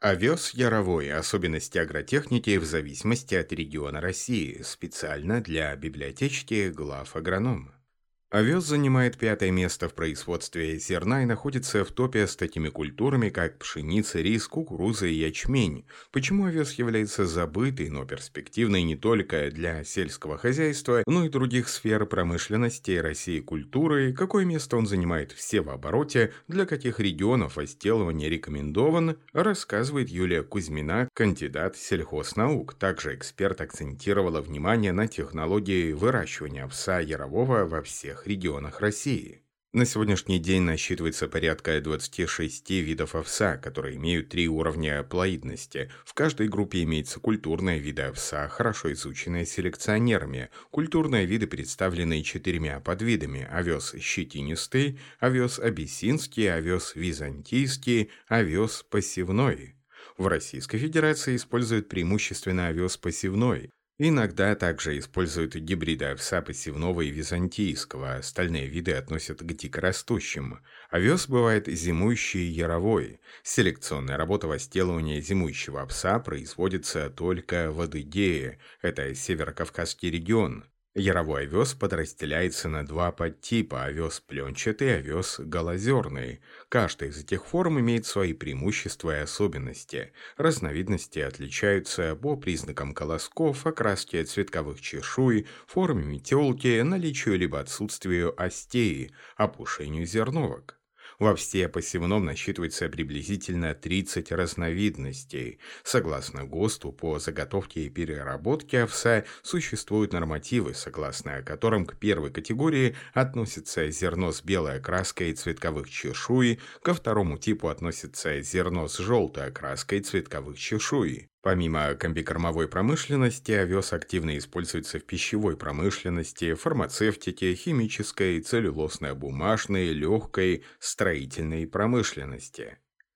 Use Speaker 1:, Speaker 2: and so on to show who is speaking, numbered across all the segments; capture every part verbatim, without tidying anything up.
Speaker 1: Овес яровой. Особенности агротехники в зависимости от региона России. Специально для библиотечки глав агроном. Овес занимает пятое место в производстве зерна и находится в топе с такими культурами, как пшеница, рис, кукуруза и ячмень. Почему овес является забытой, но перспективной не только для сельского хозяйства, но и других сфер промышленности России культуры, какое место он занимает в севообороте, для каких регионов возделывание рекомендован, рассказывает Юлия Кузьмина, кандидат сельхознаук. Также эксперт акцентировала внимание на технологии выращивания овса ярового во всех регионах России. На сегодняшний день насчитывается порядка двадцати шести видов овса, которые имеют три уровня плоидности. В каждой группе имеется культурные виды овса, хорошо изученные селекционерами. Культурные виды представлены четырьмя подвидами: овес щетинистый, овес абиссинский, овес византийский, овес посевной. В Российской Федерации используют преимущественно овес посевной. Иногда также используют гибриды овса посевного и византийского, остальные виды относят к дикорастущим. Овес бывает зимующий и яровой. Селекционная работа возделывания зимующего овса производится только в Адыгее, это северокавказский регион. Яровой овес подразделяется на два подтипа – овес пленчатый и овес голозерный. Каждая из этих форм имеет свои преимущества и особенности. Разновидности отличаются по признакам колосков, окраске цветковых чешуй, форме метелки, наличию либо отсутствию остеи, опушению зерновок. В овсе посевном насчитывается приблизительно тридцать разновидностей. Согласно ГОСТу по заготовке и переработке овса существуют нормативы, согласно которым к первой категории относится зерно с белой окраской цветковых чешуй, ко второму типу относится зерно с желтой окраской цветковых чешуй. Помимо комбикормовой промышленности, овес активно используется в пищевой промышленности, фармацевтике, химической, целлюлозно-бумажной, легкой, строительной промышленности.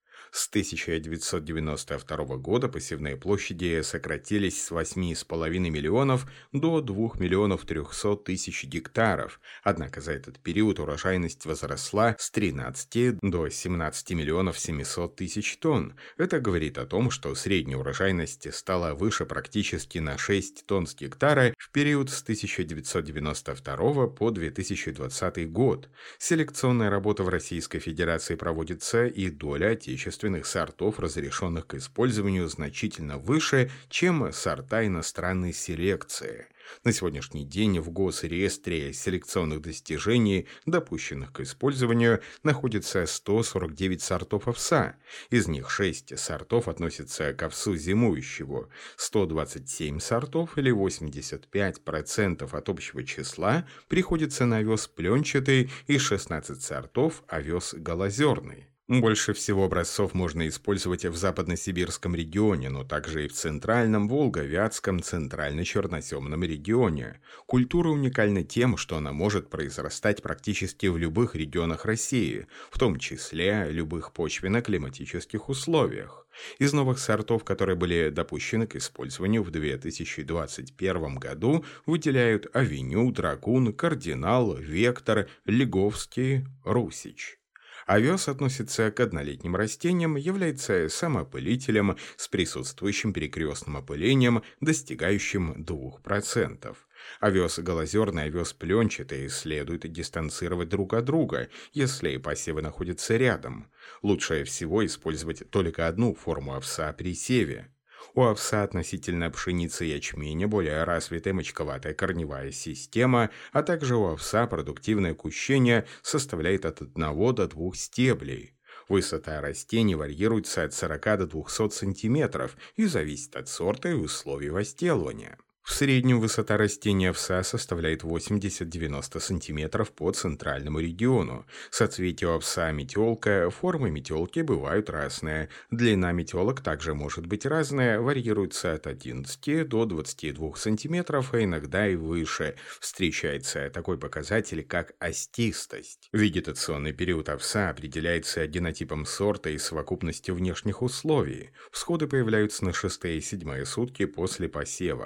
Speaker 1: С тысяча девятьсот девяносто второго года посевные площади сократились с восьми с половиной миллионов до двух миллионов трехсот тысяч гектаров, однако за этот период урожайность возросла с тринадцати до семнадцати миллионов семисот тысяч тонн. Это говорит о том, что средняя урожайность стала выше практически на шесть тонн с гектара в период с тысяча девятьсот девяносто второго по две тысячи двадцатый год. Селекционная работа в Российской Федерации проводится, и доля отечественных сортов, разрешенных к использованию, значительно выше, чем сорта иностранной селекции. На сегодняшний день в Госреестре селекционных достижений, допущенных к использованию, находится сто сорок девять сортов овса. Из них шесть сортов относятся к овсу зимующему, сто двадцать семь сортов или восемьдесят пять процентов от общего числа приходится на овес пленчатый и шестнадцать сортов овес голозерный. Больше всего образцов можно использовать в западносибирском регионе, но также и в центральном, волго-вятском, центрально-черноземном регионе. Культура уникальна тем, что она может произрастать практически в любых регионах России, в том числе любых почвенно-климатических условиях. Из новых сортов, которые были допущены к использованию в две тысячи двадцать первом году, выделяют Авеню, Драгун, Кардинал, Вектор, Лиговский, Русич. Овес относится к однолетним растениям, является самоопылителем с присутствующим перекрестным опылением, достигающим двух процентов. Овес голозерный и овес пленчатый следует дистанцировать друг от друга, если посевы находятся рядом. Лучше всего использовать только одну форму овса при севе. У овса относительно пшеницы и ячменя более развитая мочковатая корневая система, а также у овса продуктивное кущение составляет от одного до двух стеблей. Высота растений варьируется от сорока до двухсот сантиметров и зависит от сорта и условий возделывания. В среднем высота растения овса составляет восемьдесят-девяносто сантиметров по центральному региону. Соцветие овса метелка, формы метелки бывают разные. Длина метелок также может быть разная, варьируется от одиннадцати до двадцати двух сантиметров, а иногда и выше. Встречается такой показатель, как остистость. Вегетационный период овса определяется генотипом сорта и совокупностью внешних условий. Всходы появляются на шестые и седьмые сутки после посева. При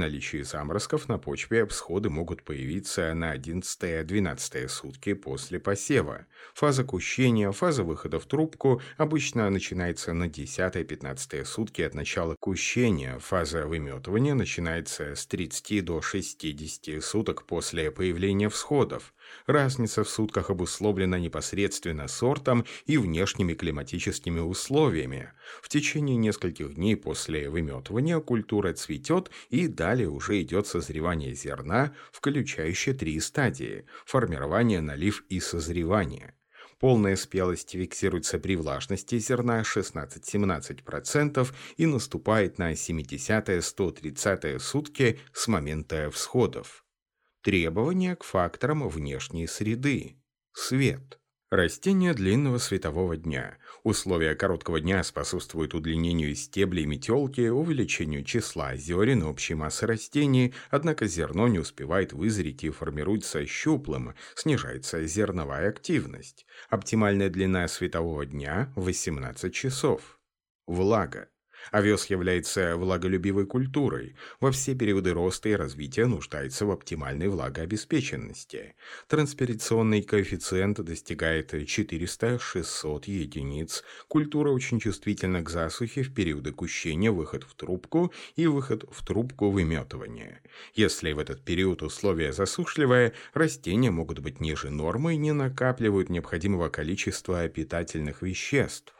Speaker 1: наличии заморозков на почве всходы могут появиться на одиннадцатое-двенадцатое сутки после посева. Фаза кущения, фаза выхода в трубку обычно начинается на десятое-пятнадцатое сутки от начала кущения. Фаза выметывания начинается с тридцати до шестидесяти суток после появления всходов. Разница в сутках обусловлена непосредственно сортом и внешними климатическими условиями. В течение нескольких дней после выметывания культура цветет, и далее уже идет созревание зерна, включающее три стадии – формирование, налив и созревание. Полная спелость фиксируется при влажности зерна шестнадцать-семнадцать процентов и наступает на семидесятое-сто тридцатое сутки с момента всходов. Требования к факторам внешней среды. Свет. Растения длинного светового дня. Условия короткого дня способствуют удлинению стеблей метелки, увеличению числа зерен и общей массы растений, однако зерно не успевает вызреть и формируется щуплым, снижается зерновая активность. Оптимальная длина светового дня – восемнадцать часов. Влага. Овес является влаголюбивой культурой. Во все периоды роста и развития нуждается в оптимальной влагообеспеченности. Транспирационный коэффициент достигает четыреста-шестьсот единиц. Культура очень чувствительна к засухе в периоды кущения, выход в трубку и выход в трубку выметывания. Если в этот период условия засушливые, растения могут быть ниже нормы и не накапливают необходимого количества питательных веществ.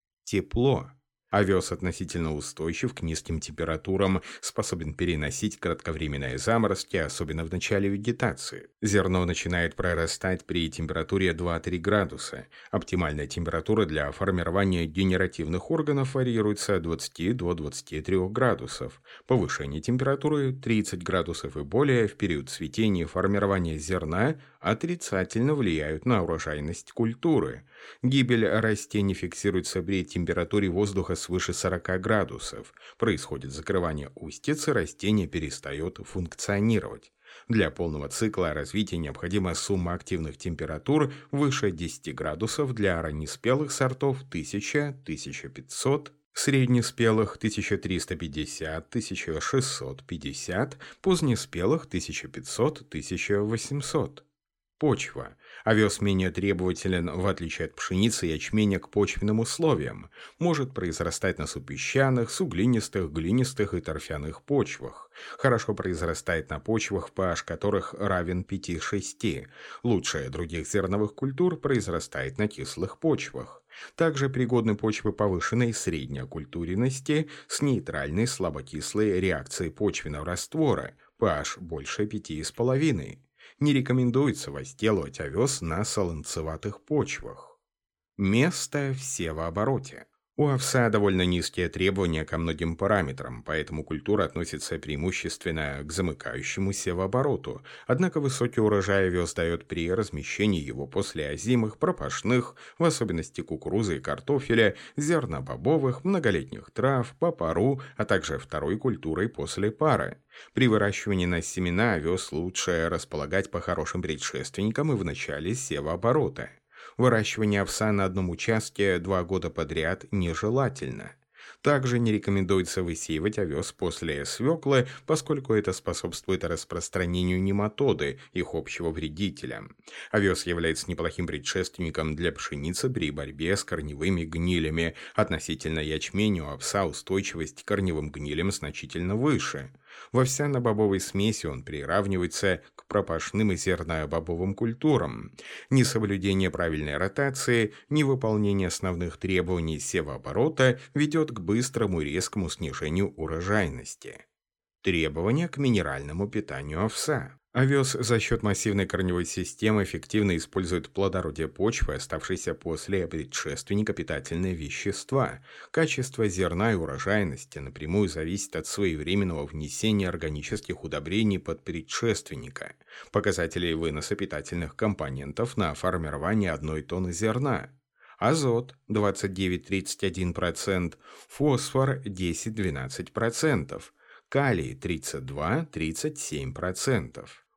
Speaker 1: Тепло. Овес относительно устойчив к низким температурам, способен переносить кратковременные заморозки, особенно в начале вегетации. Зерно начинает прорастать при температуре два-три градуса. Оптимальная температура для формирования генеративных органов варьируется от двадцати до двадцати трёх градусов. Повышение температуры тридцать градусов и более в период цветения и формирования зерна отрицательно влияют на урожайность культуры. Гибель растений фиксируется при температуре воздуха свыше сорока градусов. Происходит закрывание устиц, и растение перестает функционировать. Для полного цикла развития необходима сумма активных температур выше десяти градусов для раннеспелых сортов тысяча — тысяча пятьсот, среднеспелых тысяча триста пятьдесят — тысяча шестьсот пятьдесят, позднеспелых тысяча пятьсот — тысяча восемьсот. Почва. Овес менее требователен, в отличие от пшеницы и ячменя, к почвенным условиям. Может произрастать на супесчаных, суглинистых, глинистых и торфяных почвах. Хорошо произрастает на почвах, pH которых равен пяти-шести. Лучше других зерновых культур произрастает на кислых почвах. Также пригодны почвы повышенной среднеокультуренности с нейтральной слабокислой реакцией почвенного раствора, pH больше пяти и пяти и пяти. Не рекомендуется возделывать овес на солонцеватых почвах. Место в севообороте. У овса довольно низкие требования ко многим параметрам, поэтому культура относится преимущественно к замыкающему севообороту. Однако высокий урожай овес дает при размещении его после озимых, пропашных, в особенности кукурузы и картофеля, зернобобовых, многолетних трав, попару, а также второй культурой после пары. При выращивании на семена овес лучше располагать по хорошим предшественникам и в начале севооборота. Выращивание овса на одном участке два года подряд нежелательно. Также не рекомендуется высеивать овес после свеклы, поскольку это способствует распространению нематоды, их общего вредителя. Овес является неплохим предшественником для пшеницы при борьбе с корневыми гнилями. Относительно ячменя у овса устойчивость к корневым гнилям значительно выше. В овсяно-бобовой смеси он приравнивается к пропашным и зерно-бобовым культурам. Несоблюдение правильной ротации, невыполнение основных требований севооборота ведет к быстрому и резкому снижению урожайности. Требования к минеральному питанию овса. Овес за счет массивной корневой системы эффективно использует плодородие почвы, оставшейся после предшественника питательные вещества. Качество зерна и урожайности напрямую зависит от своевременного внесения органических удобрений под предшественника. Показатели выноса питательных компонентов на формирование одной тонны зерна. Азот двадцать девять — тридцать один процент, фосфор десять — двенадцать процентов, калий тридцать два — тридцать семь процентов.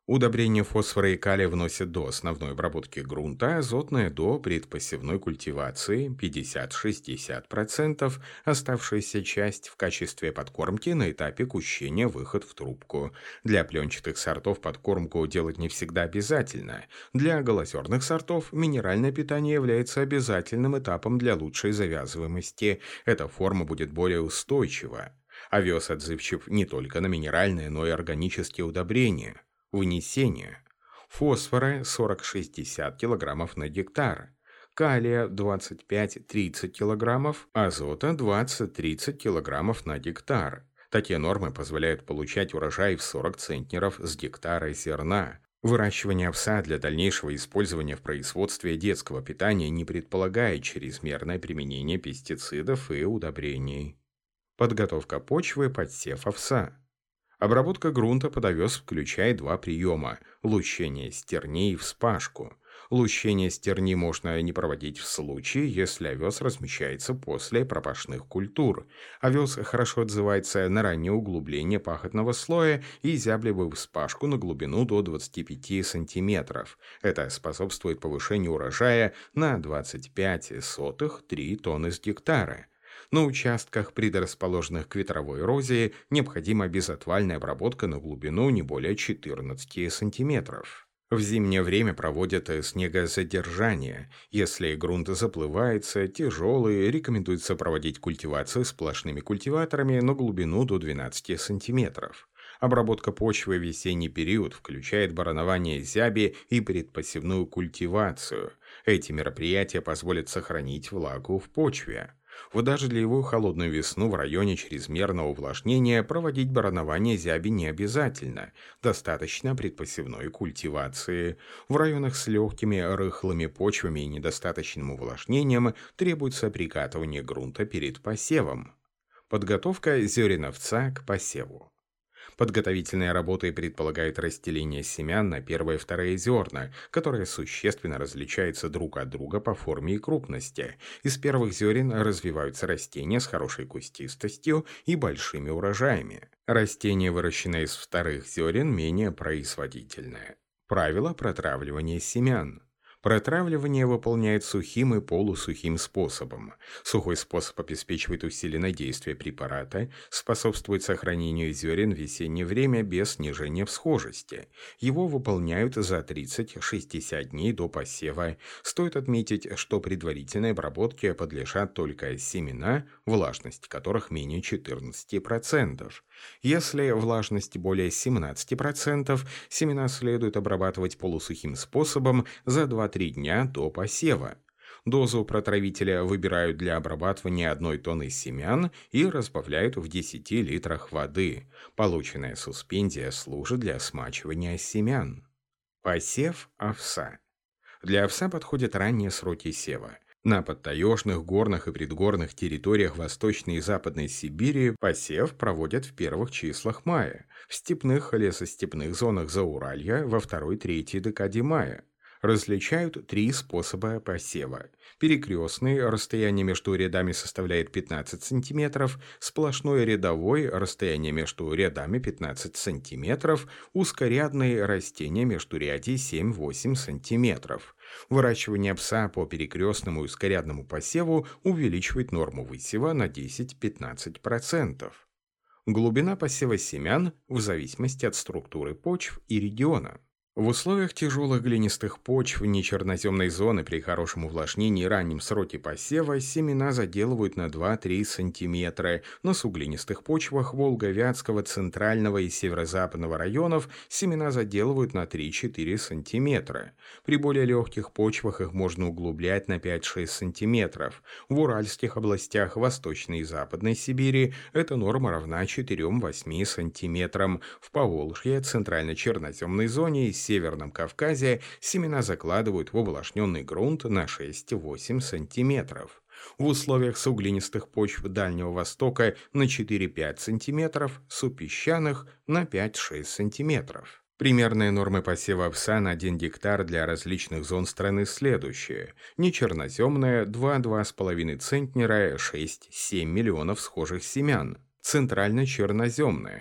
Speaker 1: Удобрения фосфора и калия вносят до основной обработки грунта, азотное до предпосевной культивации пятьдесят-шестьдесят процентов, оставшаяся часть в качестве подкормки на этапе кущения выход в трубку. Для пленчатых сортов подкормку делать не всегда обязательно. Для голозерных сортов минеральное питание является обязательным этапом для лучшей завязываемости. Эта форма будет более устойчива. Овес отзывчив не только на минеральные, но и органические удобрения. Внесение. Фосфора сорок-шестьдесят кг на гектар, калия двадцать пять-тридцать кг, азота двадцать-тридцать кг на гектар. Такие нормы позволяют получать урожай в сорок центнеров с гектара зерна. Выращивание овса для дальнейшего использования в производстве детского питания не предполагает чрезмерное применение пестицидов и удобрений. Подготовка почвы под сев овса. Обработка грунта под овес включает два приема – лущение стерни и вспашку. Лущение стерни можно не проводить в случае, если овес размещается после пропашных культур. Овес хорошо отзывается на раннее углубление пахотного слоя и зяблевую вспашку на глубину до двадцати пяти сантиметров. Это способствует повышению урожая на двадцать пять сотых — три тонны с гектара. На участках, предрасположенных к ветровой эрозии, необходима безотвальная обработка на глубину не более четырнадцати сантиметров. В зимнее время проводят снегозадержание. Если грунт заплывается, тяжелый, рекомендуется проводить культивацию сплошными культиваторами на глубину до двенадцати сантиметров. Обработка почвы в весенний период включает баранование зяби и предпосевную культивацию. Эти мероприятия позволят сохранить влагу в почве. В дождливую холодную весну в районе чрезмерного увлажнения проводить баранование зяби не обязательно, достаточно предпосевной культивации. В районах с легкими рыхлыми почвами и недостаточным увлажнением требуется прикатывание грунта перед посевом. Подготовка зерен овца к посеву. Подготовительные работы предполагают расстеление семян на первые и вторые зерна, которые существенно различаются друг от друга по форме и крупности. Из первых зерен развиваются растения с хорошей кустистостью и большими урожаями. Растения, выращенные из вторых зерен, менее производительные. Правило протравливания семян. Протравливание выполняет сухим и полусухим способом. Сухой способ обеспечивает усиленное действие препарата, способствует сохранению зерен в весеннее время без снижения всхожести. Его выполняют за тридцать-шестьдесят дней до посева. Стоит отметить, что предварительной обработке подлежат только семена, влажность которых менее четырнадцати процентов. Если влажность более семнадцати процентов, семена следует обрабатывать полусухим способом за два-три дня до посева. Дозу протравителя выбирают для обрабатывания одной тонны семян и разбавляют в десяти литрах воды. Полученная суспензия служит для смачивания семян. Посев овса. Для овса подходят ранние сроки сева. На подтаежных, горных и предгорных территориях Восточной и Западной Сибири посев проводят в первых числах мая, в степных и лесостепных зонах Зауралья во второй-третьей декаде мая. Различают три способа посева. Перекрестный, расстояние между рядами составляет пятнадцать сантиметров, сплошной рядовой, расстояние между рядами пятнадцать сантиметров, узкорядный, растение междурядий семь-восемь сантиметров. Выращивание овса по перекрестному и узкорядному посеву увеличивает норму высева на десять-пятнадцать процентов. Глубина посева семян в зависимости от структуры почв и региона. В условиях тяжелых глинистых почв нечерноземной зоны при хорошем увлажнении и раннем сроке посева семена заделывают на два-три сантиметра. На суглинистых почвах Волго-Вятского, Центрального и Северо-Западного районов семена заделывают на три-четыре сантиметра. При более легких почвах их можно углублять на пять-шесть сантиметров. В Уральских областях Восточной и Западной Сибири эта норма равна четырем-восьми сантиметрам. В Поволжье, Центрально-Черноземной зоне и Северном Кавказе семена закладывают в увлажненный грунт на шесть-восемь сантиметров. В условиях суглинистых почв Дальнего Востока на четыре-пять сантиметров, супесчаных на пять-шесть сантиметров. Примерные нормы посева овса на один гектар для различных зон страны следующие. Нечерноземная два-два с половиной центнера, шесть-семь миллионов схожих семян. Центрально-черноземная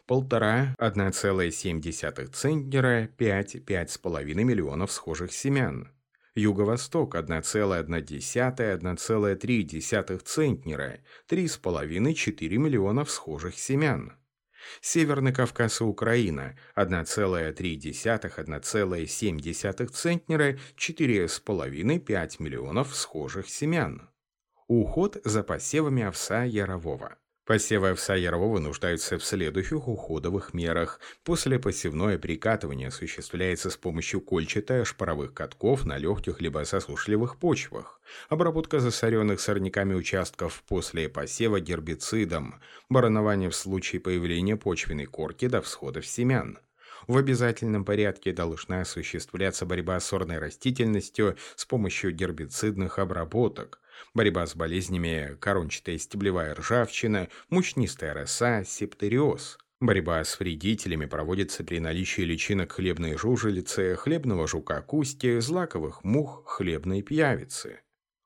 Speaker 1: полтора — одна целая семь десятых центнера, пять — пять с половиной миллионов схожих семян. Юго-восток — одна целая одна десятая — одна целая три десятых центнера, три с половиной — четыре миллиона схожих семян. Северный Кавказ и Украина — одна целая три десятых — одна целая семь десятых центнера, четыре с половиной — пять миллионов схожих семян. Уход за посевами овса ярового. Посевы овса ярового нуждаются в следующих уходовых мерах. После посевное прикатывание осуществляется с помощью кольчато-шпоровых катков на легких либо засушливых почвах. Обработка засоренных сорняками участков после посева гербицидом. Баранование в случае появления почвенной корки до всходов семян. В обязательном порядке должна осуществляться борьба с сорной растительностью с помощью гербицидных обработок. Борьба с болезнями корончатая стеблевая ржавчина, мучнистая роса, септериоз. Борьба с вредителями проводится при наличии личинок хлебной жужелицы, хлебного жука кусти, злаковых мух, хлебной пьявицы.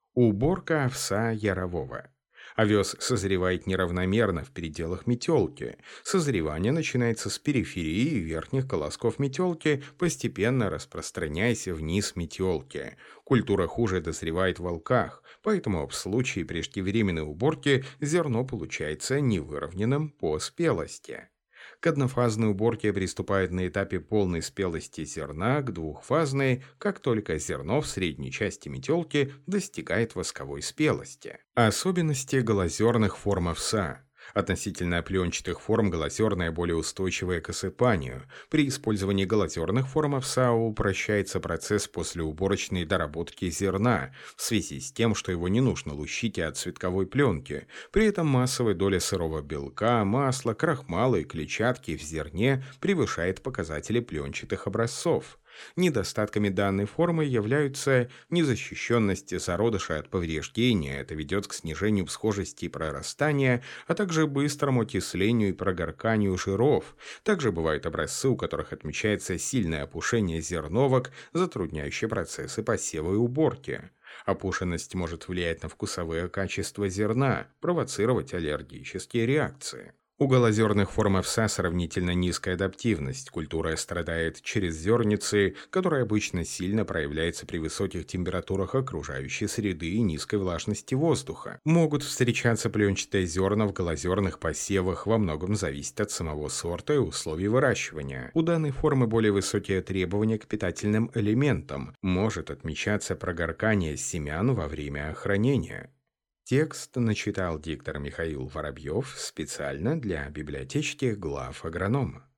Speaker 1: Уборка овса ярового. Овес созревает неравномерно в пределах метелки. Созревание начинается с периферии верхних колосков метелки, постепенно распространяясь вниз метелки. Культура хуже дозревает в волках, поэтому в случае преждевременной уборки зерно получается невыровненным по спелости. К однофазной уборке приступают на этапе полной спелости зерна, к двухфазной, как только зерно в средней части метелки достигает восковой спелости. Особенности голозерных форм овса. Относительно пленчатых форм голозерная более устойчивая к осыпанию. При использовании голозерных форм овса упрощается процесс послеуборочной доработки зерна в связи с тем, что его не нужно лущить от цветковой пленки. При этом массовая доля сырого белка, масла, крахмала и клетчатки в зерне превышает показатели пленчатых образцов. Недостатками данной формы являются незащищенность зародыша от повреждения, это ведет к снижению всхожести и прорастания, а также быстрому окислению и прогорканию жиров. Также бывают образцы, у которых отмечается сильное опушение зерновок, затрудняющее процессы посева и уборки. Опушенность может влиять на вкусовые качества зерна, провоцировать аллергические реакции. У голозерных форм овса сравнительно низкая адаптивность. Культура страдает через зерницы, которая обычно сильно проявляется при высоких температурах окружающей среды и низкой влажности воздуха. Могут встречаться пленчатые зерна в голозерных посевах, во многом зависит от самого сорта и условий выращивания. У данной формы более высокие требования к питательным элементам. Может отмечаться прогоркание семян во время хранения. Текст начитал диктор Михаил Воробьев специально для библиотечки глав агронома.